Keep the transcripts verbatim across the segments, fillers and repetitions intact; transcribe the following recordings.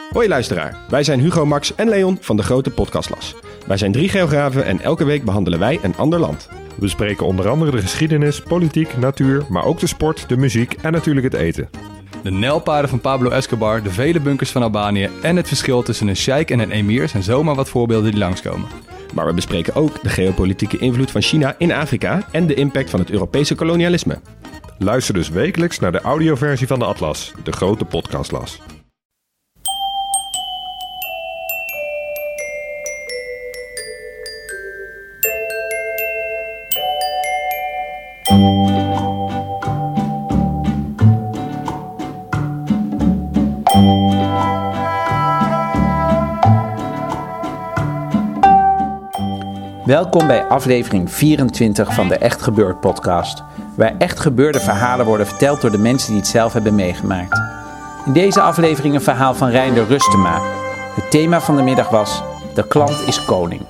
Hoi luisteraar, wij zijn Hugo, Max en Leon van de Grote Podcastlas. Wij zijn drie geografen en elke week behandelen wij een ander land. We bespreken onder andere de geschiedenis, politiek, natuur, maar ook de sport, de muziek en natuurlijk het eten. De nijlpaarden van Pablo Escobar, de vele bunkers van Albanië en het verschil tussen een sheik en een emir zijn zomaar wat voorbeelden die langskomen. Maar we bespreken ook de geopolitieke invloed van China in Afrika en de impact van het Europese kolonialisme. Luister dus wekelijks naar de audioversie van de Atlas, de Grote Podcastlas. Welkom bij aflevering vierentwintig van de Echt Gebeurd podcast, waar echt gebeurde verhalen worden verteld door de mensen die het zelf hebben meegemaakt. In deze aflevering een verhaal van Reinder Rustema. Het thema van de middag was: de klant is koning.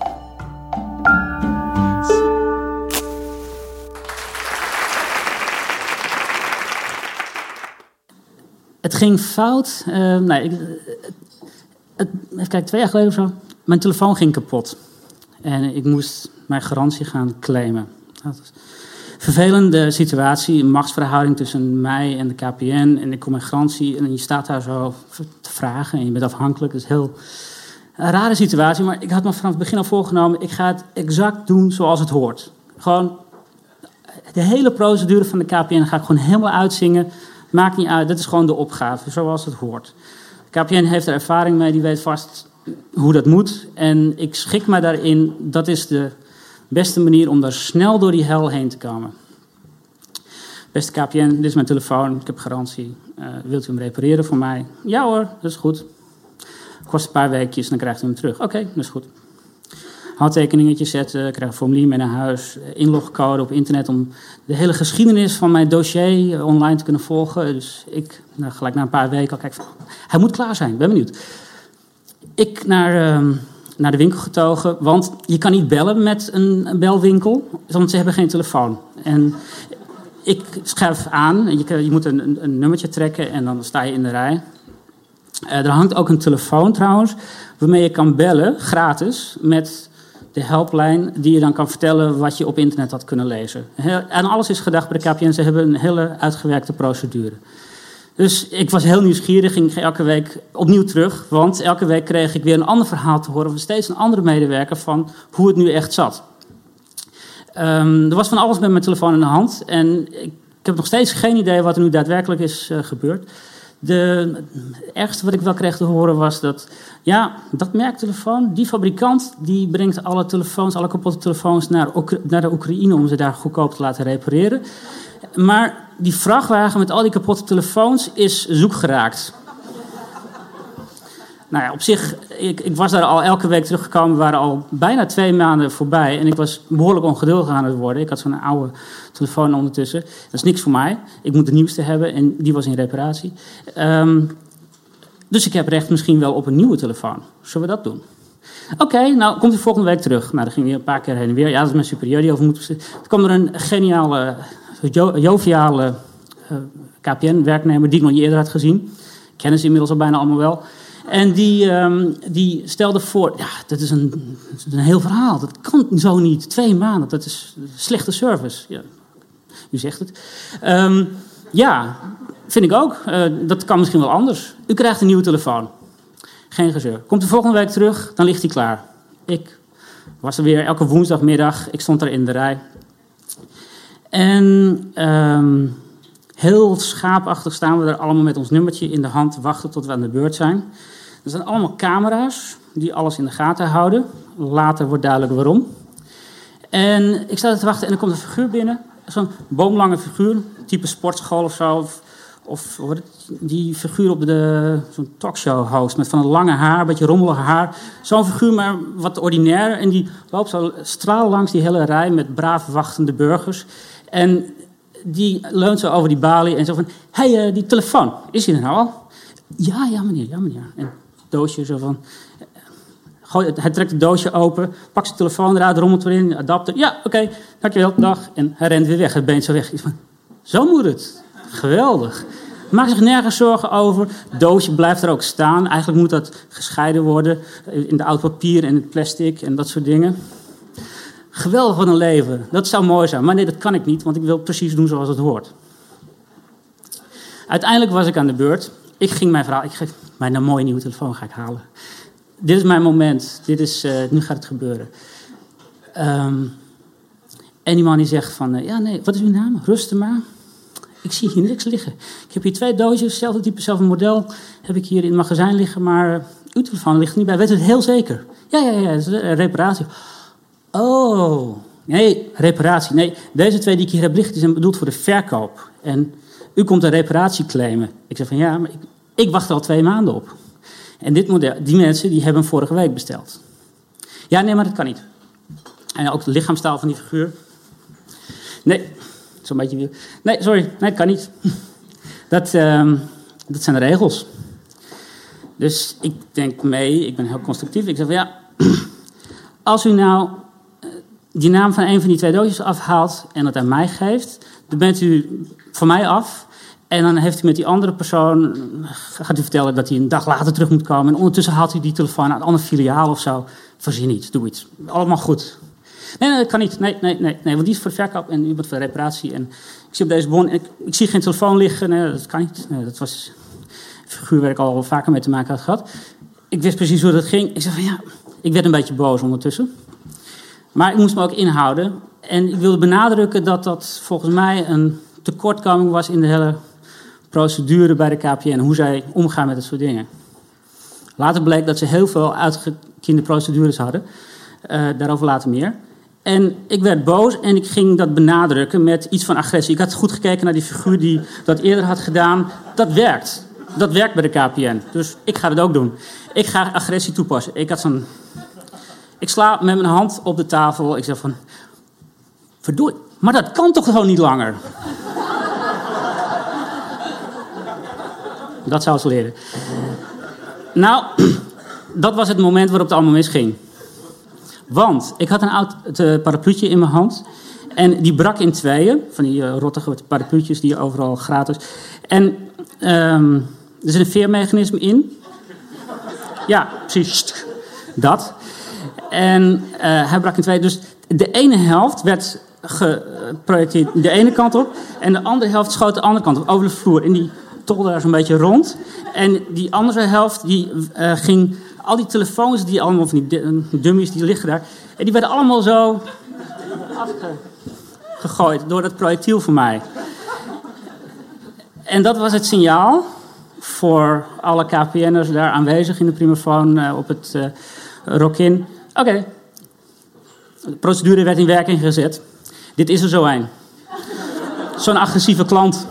Het ging fout. Uh, nee, ik, het, even kijken, twee jaar geleden of zo. Mijn telefoon ging kapot. En ik moest mijn garantie gaan claimen. Dat was een vervelende situatie. Een machtsverhouding tussen mij en de K P N. En ik kom mijn garantie en je staat daar zo te vragen. En je bent afhankelijk. Dat is heel een rare situatie. Maar ik had me vanaf het begin al voorgenomen. Ik ga het exact doen zoals het hoort. Gewoon de hele procedure van de K P N ga ik gewoon helemaal uitzingen. Maakt niet uit. Dat is gewoon de opgave. Zoals het hoort. De K P N heeft er ervaring mee. Die weet vast hoe dat moet. En ik schik me daarin. Dat is de beste manier om daar snel door die hel heen te komen. Beste K P N, dit is mijn telefoon. Ik heb garantie. Uh, wilt u hem repareren voor mij? Ja hoor, dat is goed. Kost een paar weekjes, dan krijgt u hem terug. Oké, okay, dat is goed. Handtekeningetje zetten, krijg een formulier mee naar huis. Inlogcode op internet om de hele geschiedenis van mijn dossier online te kunnen volgen. Dus ik, nou, gelijk na een paar weken al kijk van, hij moet klaar zijn, ben benieuwd. Ik naar, uh, naar de winkel getogen, want je kan niet bellen met een, een belwinkel, want ze hebben geen telefoon. En ik schuif aan, je, je moet een, een, een nummertje trekken en dan sta je in de rij. Uh, er hangt ook een telefoon trouwens, waarmee je kan bellen, gratis, met de helplijn die je dan kan vertellen wat je op internet had kunnen lezen. Heel, en alles is gedacht bij de K P N, ze hebben een hele uitgewerkte procedure. Dus ik was heel nieuwsgierig, ging elke week opnieuw terug. Want elke week kreeg ik weer een ander verhaal te horen van steeds een andere medewerker van hoe het nu echt zat. Um, er was van alles met mijn telefoon in de hand. En ik, ik heb nog steeds geen idee wat er nu daadwerkelijk is uh, gebeurd. De, het ergste wat ik wel kreeg te horen was dat, ja, dat merktelefoon, die fabrikant, die brengt alle telefoons, alle kapotte telefoons naar, Oekra- naar de Oekraïne om ze daar goedkoop te laten repareren. Maar die vrachtwagen met al die kapotte telefoons is zoek geraakt. Nou ja, op zich, ik, ik was daar al elke week teruggekomen. We waren al bijna twee maanden voorbij. En ik was behoorlijk ongeduldig aan het worden. Ik had zo'n oude telefoon ondertussen. Dat is niks voor mij. Ik moet de nieuwste hebben en die was in reparatie. Um, dus ik heb recht misschien wel op een nieuwe telefoon. Zullen we dat doen? Oké, okay, nou komt u volgende week terug. Nou, dan ging hij een paar keer heen en weer. Ja, dat is mijn superieur die over moet. Toen kwam er een geniale, jo- joviale uh, K P N-werknemer die ik nog niet eerder had gezien. Ik ken ze inmiddels al bijna allemaal wel. En die, um, die stelde voor, ja, dat is, een, dat is een heel verhaal. Dat kan zo niet. Twee maanden, dat is slechte service. Ja, u zegt het. Um, ja, vind ik ook. Uh, dat kan misschien wel anders. U krijgt een nieuwe telefoon. Geen gezeur. Komt de volgende week terug, dan ligt hij klaar. Ik was er weer elke woensdagmiddag. Ik stond daar in de rij. En um, heel schaapachtig staan we er allemaal met ons nummertje in de hand te wachten tot we aan de beurt zijn. Er zijn allemaal camera's die alles in de gaten houden. Later wordt duidelijk waarom. En ik sta er te wachten en er komt een figuur binnen. Zo'n boomlange figuur, type sportschool of zo. Of, of wat het, die figuur op de, zo'n talkshow-host met van het lange haar, een beetje rommelig haar. Zo'n figuur, maar wat ordinair. En die loopt zo straal langs die hele rij met braaf wachtende burgers. En die leunt zo over die balie en zo van, hé, hey, uh, die telefoon, is die er nou al? Ja, ja meneer, ja meneer. En het doosje zo van, gooi, hij trekt het doosje open, pakt zijn telefoon eruit, rommelt erin, adapter. Ja, oké, okay, dankjewel, dag. En hij rent weer weg, het beent zo weg. Van, zo moet het. Geweldig. Maak zich nergens zorgen over. Het doosje blijft er ook staan. Eigenlijk moet dat gescheiden worden. In de oud papier en het plastic en dat soort dingen. Geweldig van een leven. Dat zou mooi zijn. Maar nee, dat kan ik niet, want ik wil precies doen zoals het hoort. Uiteindelijk was ik aan de beurt. Ik ging mijn verhaal... Ik ga mijn mooie nieuwe telefoon ga ik halen. Dit is mijn moment. Dit is, uh, nu gaat het gebeuren. Um, en die man die zegt van... Uh, ja, nee, wat is uw naam? Rustig maar. Ik zie hier niks liggen. Ik heb hier twee doosjes, hetzelfde type, hetzelfde model... heb ik hier in het magazijn liggen, maar... Uh, uw telefoon ligt er niet bij. Weet u het heel zeker? Ja, ja, ja, het is een reparatie. Oh, nee, reparatie. Nee, deze twee die ik hier heb liggen, die zijn bedoeld voor de verkoop. En u komt een reparatie claimen. Ik zeg van ja, maar ik, ik wacht er al twee maanden op. En dit model, die mensen die hebben hem vorige week besteld. Ja, nee, maar dat kan niet. En ook de lichaamstaal van die figuur. Nee, zo'n beetje... Nee, sorry, nee, dat kan niet. Dat, um, dat zijn de regels. Dus ik denk mee, ik ben heel constructief. Ik zeg van ja, als u nou die naam van een van die twee doosjes afhaalt en dat aan mij geeft, dan bent u van mij af. En dan heeft u met die andere persoon, gaat u vertellen dat hij een dag later terug moet komen. En ondertussen haalt u die telefoon uit een ander filiaal of zo. Voorzien niet, doe iets. Allemaal goed. Nee, nee, dat kan niet. Nee, nee, nee, nee, want die is voor de verkoop en u bent voor de reparatie. En ik zie op deze bon, ik, ik zie geen telefoon liggen. Nee, dat kan niet. Nee, dat was een figuur waar ik al vaker mee te maken had gehad. Ik wist precies hoe dat ging. Ik zei van ja, ik werd een beetje boos ondertussen. Maar ik moest me ook inhouden. En ik wilde benadrukken dat dat volgens mij een tekortkoming was in de hele procedure bij de K P N. Hoe zij omgaan met dat soort dingen. Later bleek dat ze heel veel uitgekiende procedures hadden. Uh, daarover later meer. En ik werd boos en ik ging dat benadrukken met iets van agressie. Ik had goed gekeken naar die figuur die dat eerder had gedaan. Dat werkt. Dat werkt bij de K P N. Dus ik ga het ook doen. Ik ga agressie toepassen. Ik had zo'n... Ik sla met mijn hand op de tafel. Ik zeg van... Verdorie, maar dat kan toch gewoon niet langer? Dat zou ze leren. Nou, dat was het moment waarop het allemaal misging. Want ik had een oud uh, parapluutje in mijn hand. En die brak in tweeën. Van die uh, rottige parapluutjes die je overal gratis... En um, er zit een veermechanisme in. Ja, precies. Dat. En uh, hij brak in tweeën. Dus de ene helft werd geprojecteerd de ene kant op. En de andere helft schoot de andere kant op. Over de vloer. En die tolde daar zo'n beetje rond. En die andere helft die uh, ging... Al die telefoons, die allemaal van die dummies, die liggen daar. En die werden allemaal zo afgegooid door dat projectiel van mij. En dat was het signaal voor alle K P N'ers daar aanwezig in de Primafoon uh, op het uh, Rock-in. Oké, okay. De procedure werd in werking gezet. Dit is er zo een. Zo'n agressieve klant.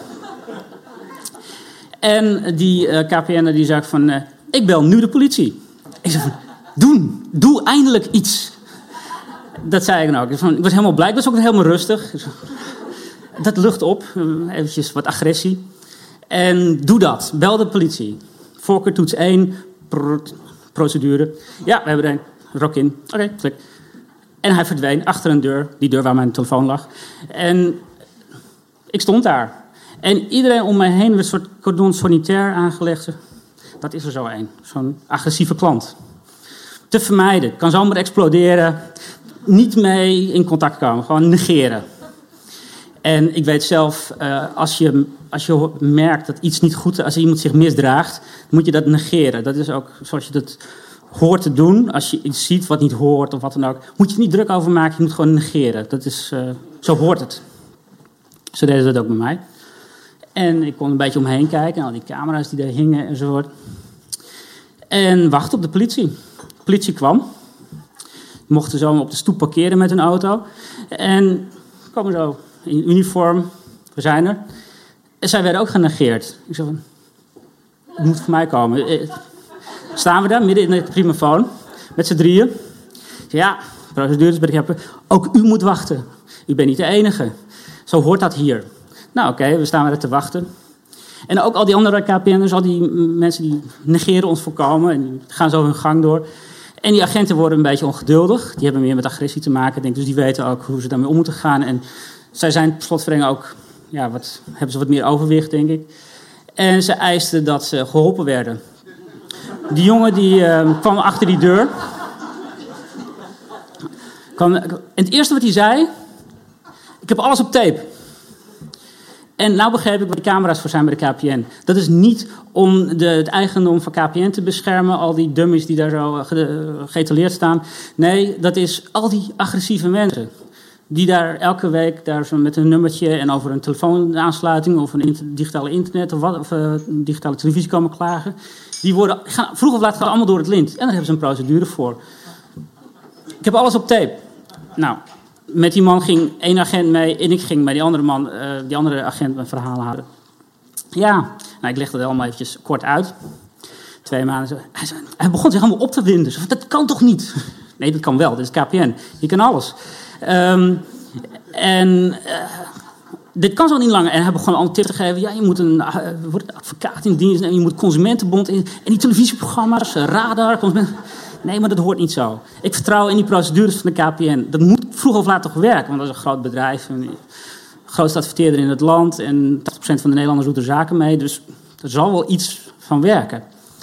En die uh, K P N'er die zei van... Uh, ik bel nu de politie. Ik zei van, doen, doe eindelijk iets. Dat zei ik dan ook. Ik was helemaal blij, ik was ook helemaal rustig. Dat lucht op, eventjes wat agressie. En doe dat, bel de politie. Voorkeurtoets één, pro- procedure. Ja, we hebben er een, Rock-in. Oké, okay, klik. En hij verdween achter een deur, die deur waar mijn telefoon lag. En ik stond daar. En iedereen om mij heen werd een soort cordon sanitaire aangelegd. Dat is er zo een. Zo'n agressieve klant. Te vermijden. Kan zomaar exploderen. Niet mee in contact komen. Gewoon negeren. En ik weet zelf, uh, als, je, als je merkt dat iets niet goed is, als iemand zich misdraagt, dan moet je dat negeren. Dat is ook zoals je dat hoort te doen. Als je iets ziet wat niet hoort of wat dan ook, moet je er niet druk over maken. Je moet gewoon negeren. Dat is, uh, zo hoort het. Zo deden ze dat ook bij mij. En ik kon een beetje omheen kijken. Al die camera's die daar hingen enzovoort. En wachten op de politie. De politie kwam. We mochten zo op de stoep parkeren met hun auto. En komen zo in uniform. We zijn er. En zij werden ook genegeerd. Ik zei van... Het moet voor mij komen. Staan we daar midden in de Primafoon. Met z'n drieën. Ja, procedures bij de K P N. Ook u moet wachten. U bent niet de enige. Zo hoort dat hier. Nou oké, okay, we staan er te wachten. En ook al die andere K P N'ers, al die mensen die negeren ons volkomen. En die gaan zo hun gang door. En die agenten worden een beetje ongeduldig. Die hebben meer met agressie te maken. Denk, dus die weten ook hoe ze daarmee om moeten gaan. En zij zijn per slotverrekening ook... Ja, wat, hebben ze wat meer overwicht, denk ik. En ze eisten dat ze geholpen werden. Die jongen die uh, kwam achter die deur. Kwam, en het eerste wat hij zei... Ik heb alles op tape. En nou begrijp ik waar de camera's voor zijn bij de K P N. Dat is niet om de, het eigendom van K P N te beschermen. Al die dummies die daar zo getaleerd staan. Nee, dat is al die agressieve mensen. Die daar elke week daar zo met een nummertje en over een telefoonaansluiting of een inter, digitale internet of, wat, of uh, digitale televisie komen klagen. Die worden, gaan, vroeg of laat gaan allemaal door het lint. En daar hebben ze een procedure voor. Ik heb alles op tape. Nou, met die man ging één agent mee en ik ging bij die andere man, uh, die andere agent mijn verhaal houden. Ja, nou, ik leg dat allemaal eventjes kort uit. Twee maanden. Zo. Hij, zei, hij begon zich allemaal op te winden. Zo, dat kan toch niet? Nee, dat kan wel. Dit is K P N. Je kan alles. Um, en uh, dit kan zo niet langer. En hij begon allemaal tips te geven. Ja, je moet een uh, wordt advocaat in dienst nemen. Je moet consumentenbond in. En die televisieprogramma's, uh, radar, consument. Nee, maar dat hoort niet zo. Ik vertrouw in die procedures van de K P N. Dat moet vroeg of laat toch werken. Want dat is een groot bedrijf. Een grootste adverteerder in het land. En tachtig procent van de Nederlanders doet er zaken mee. Dus er zal wel iets van werken.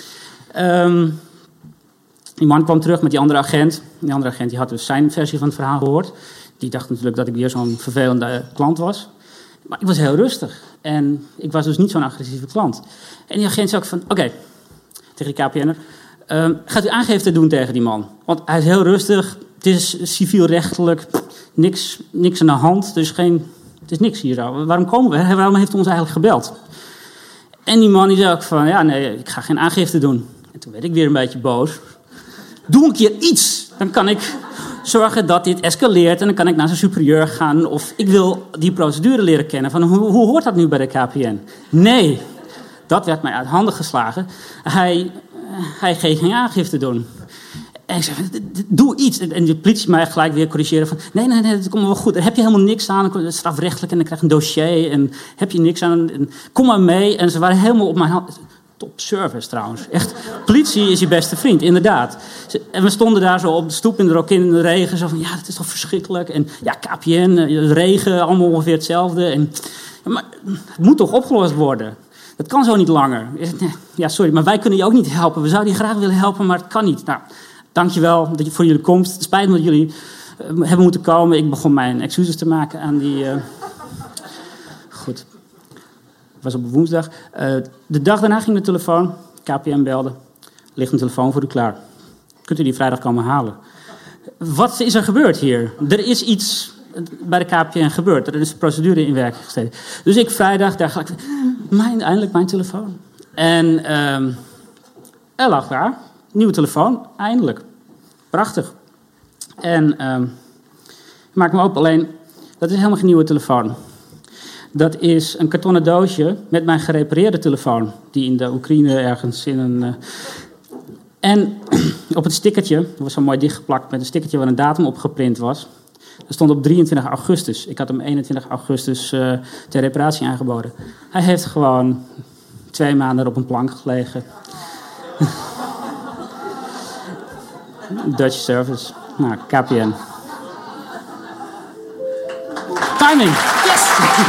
Um, die man kwam terug met die andere agent. Die andere agent die had dus zijn versie van het verhaal gehoord. Die dacht natuurlijk dat ik weer zo'n vervelende klant was. Maar ik was heel rustig. En ik was dus niet zo'n agressieve klant. En die agent zei ook van... Oké, okay, tegen die K P N'er... Um, gaat u aangifte doen tegen die man? Want hij is heel rustig. Het is civielrechtelijk. Niks, niks aan de hand. Dus geen, het is niks hier zo. Waarom komen we? Waarom heeft u ons eigenlijk gebeld? En die man die zei ook van... Ja, nee, ik ga geen aangifte doen. En toen werd ik weer een beetje boos. Doe een keer iets. Dan kan ik zorgen dat dit escaleert. En dan kan ik naar zijn superieur gaan. Of ik wil die procedure leren kennen. Van hoe, hoe hoort dat nu bij de K P N? Nee, dat werd mij uit handen geslagen. Hij... Hij ging geen aangifte doen. En ik zei, doe iets. En de politie mij gelijk weer corrigeren van... Nee, nee, nee, dat komt wel goed. Daar heb je helemaal niks aan. Dan strafrechtelijk en dan krijg je een dossier. En heb je niks aan. En kom maar mee. En ze waren helemaal op mijn hand. Top service trouwens. Echt, politie is je beste vriend, inderdaad. En we stonden daar zo op de stoep in de rokin in de regen. Zo van, ja, dat is toch verschrikkelijk. En ja, K P N, regen, allemaal ongeveer hetzelfde. En, maar het moet toch opgelost worden? Dat kan zo niet langer. Ja, sorry, maar wij kunnen je ook niet helpen. We zouden je graag willen helpen, maar het kan niet. Nou, dankjewel voor jullie komst. Het spijt me dat jullie uh, hebben moeten komen. Ik begon mijn excuses te maken aan die... Uh... Goed. Het was op woensdag. Uh, de dag daarna ging de telefoon. K P N belde. Ligt een telefoon voor u klaar. Kunt u die vrijdag komen halen? Wat is er gebeurd hier? Er is iets... bij de K P N gebeurd. Er is een procedure in werking gesteld. Dus ik vrijdag, daar ga ik... Mijn, eindelijk mijn telefoon. En um, er lag daar. Nieuwe telefoon. Eindelijk. Prachtig. En um, ik maak me op alleen... Dat is helemaal geen nieuwe telefoon. Dat is een kartonnen doosje met mijn gerepareerde telefoon. Die in de Oekraïne ergens in een... Uh, en op het stickertje... Dat was zo mooi dichtgeplakt met een stickertje waar een datum op geprint was... Er stond op drieëntwintig augustus. Ik had hem eenentwintig augustus uh, ter reparatie aangeboden. Hij heeft gewoon twee maanden op een plank gelegen. Dutch service. Nou, K P N. Timing. Yes!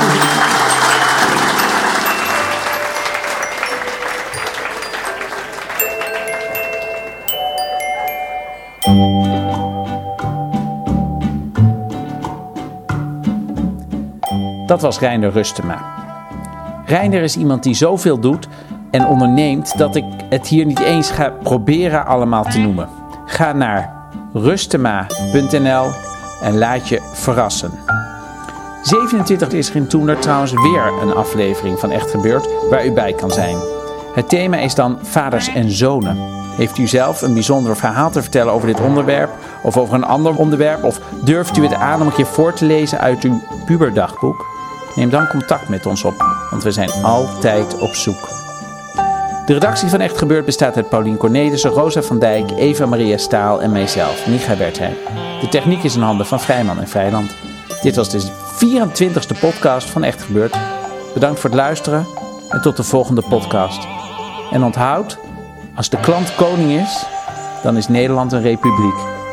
Dat was Reiner Rustema. Reiner is iemand die zoveel doet en onderneemt dat ik het hier niet eens ga proberen allemaal te noemen. Ga naar rustema punt n l en laat je verrassen. zevenentwintig is er in Toender trouwens weer een aflevering van Echt Gebeurd waar u bij kan zijn. Het thema is dan vaders en zonen. Heeft u zelf een bijzonder verhaal te vertellen over dit onderwerp of over een ander onderwerp? Of durft u het aan om een keer voor te lezen uit uw puberdagboek? Neem dan contact met ons op, want we zijn altijd op zoek. De redactie van Echt Gebeurd bestaat uit Paulien Cornelissen, Rosa van Dijk, Eva Maria Staal en mijzelf, Micha Wertheim. De techniek is in handen van Vrijman en Vrijland. Dit was de vierentwintigste podcast van Echt Gebeurd. Bedankt voor het luisteren en tot de volgende podcast. En onthoud, als de klant koning is, dan is Nederland een republiek.